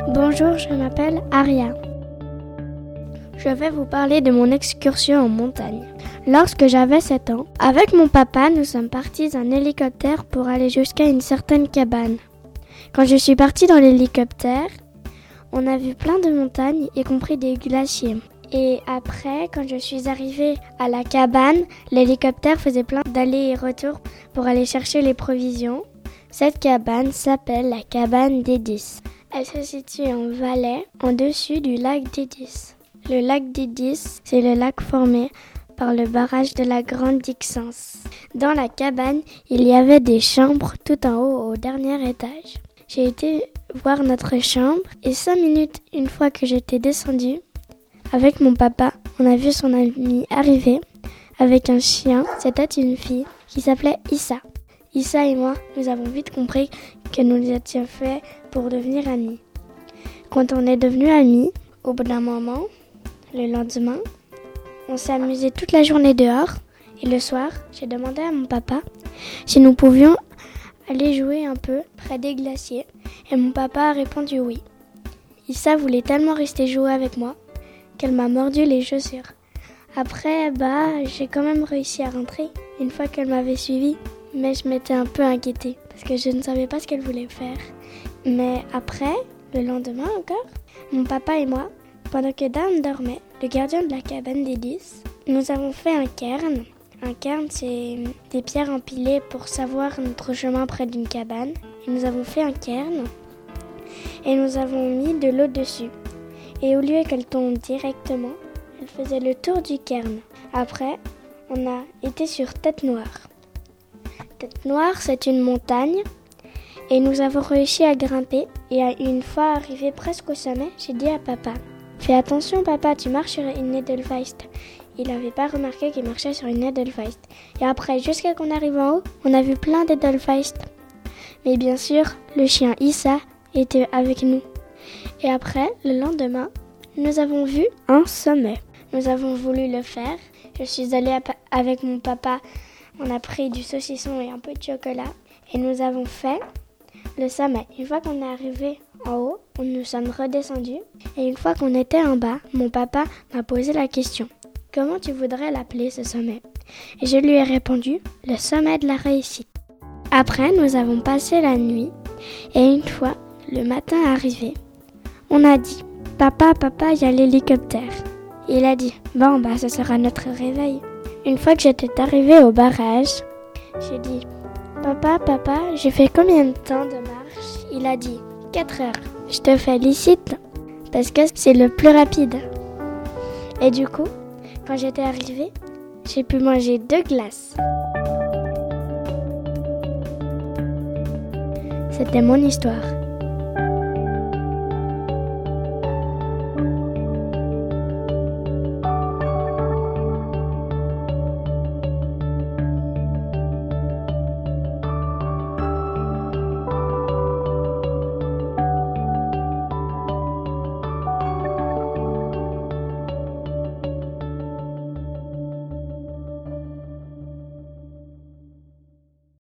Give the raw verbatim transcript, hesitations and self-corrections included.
Bonjour, je m'appelle Aria. Je vais vous parler de mon excursion en montagne. Lorsque j'avais sept ans, avec mon papa, nous sommes partis en hélicoptère pour aller jusqu'à une certaine cabane. Quand je suis partie dans l'hélicoptère, on a vu plein de montagnes, y compris des glaciers. Et après, quand je suis arrivée à la cabane, l'hélicoptère faisait plein d'allers et retours pour aller chercher les provisions. Cette cabane s'appelle la cabane d'Edis. Elle se situe en Valais, en dessus du lac d'Edis. Le lac d'Edis, c'est le lac formé par le barrage de la Grande Dixence. Dans la cabane, il y avait des chambres tout en haut au dernier étage. J'ai été voir notre chambre et cinq minutes une fois que j'étais descendue, avec mon papa, on a vu son ami arriver avec un chien. C'était une fille qui s'appelait Issa. Issa et moi, nous avons vite compris que nous étions faits pour devenir amis. Quand on est devenus amis, au bout d'un moment, le lendemain, on s'est amusé toute la journée dehors. Et le soir, j'ai demandé à mon papa si nous pouvions aller jouer un peu près des glaciers. Et mon papa a répondu oui. Issa voulait tellement rester jouer avec moi qu'elle m'a mordu les chaussures. Après, bah, j'ai quand même réussi à rentrer une fois qu'elle m'avait suivi. Mais je m'étais un peu inquiétée parce que je ne savais pas ce qu'elle voulait faire. Mais après, le lendemain encore, mon papa et moi, pendant que Dan dormait, le gardien de la cabane d'Edis, nous avons fait un cairn. Un cairn, c'est des pierres empilées pour savoir notre chemin près d'une cabane. Et nous avons fait un cairn et nous avons mis de l'eau dessus. Et au lieu qu'elle tombe directement, elle faisait le tour du cairn. Après, on a été sur Tête Noire. Tête Noire, c'est une montagne et nous avons réussi à grimper. Et à une fois arrivé presque au sommet, j'ai dit à papa « Fais attention papa, tu marches sur une Edelweiss ». Il n'avait pas remarqué qu'il marchait sur une Edelweiss. Et après, jusqu'à qu'on arrive en haut, on a vu plein d'Edelweiss. Mais bien sûr, le chien Issa était avec nous. Et après, le lendemain, nous avons vu un sommet. Nous avons voulu le faire. Je suis allée avec mon papa. On a pris du saucisson et un peu de chocolat. Et nous avons fait le sommet. Une fois qu'on est arrivé en haut, nous sommes redescendus. Et une fois qu'on était en bas, mon papa m'a posé la question. Comment tu voudrais l'appeler ce sommet ? Et je lui ai répondu, le sommet de la réussite. Après, nous avons passé la nuit. Et une fois, le matin arrivé, on a dit, papa, papa, il y a l'hélicoptère. Et il a dit, bon, bah, ce sera notre réveil. Une fois que j'étais arrivée au barrage, j'ai dit, papa, papa, j'ai fait combien de temps de marche ? Il a dit, quatre heures. Je te félicite, parce que c'est le plus rapide. Et du coup, quand j'étais arrivée, j'ai pu manger deux glaces. C'était mon histoire.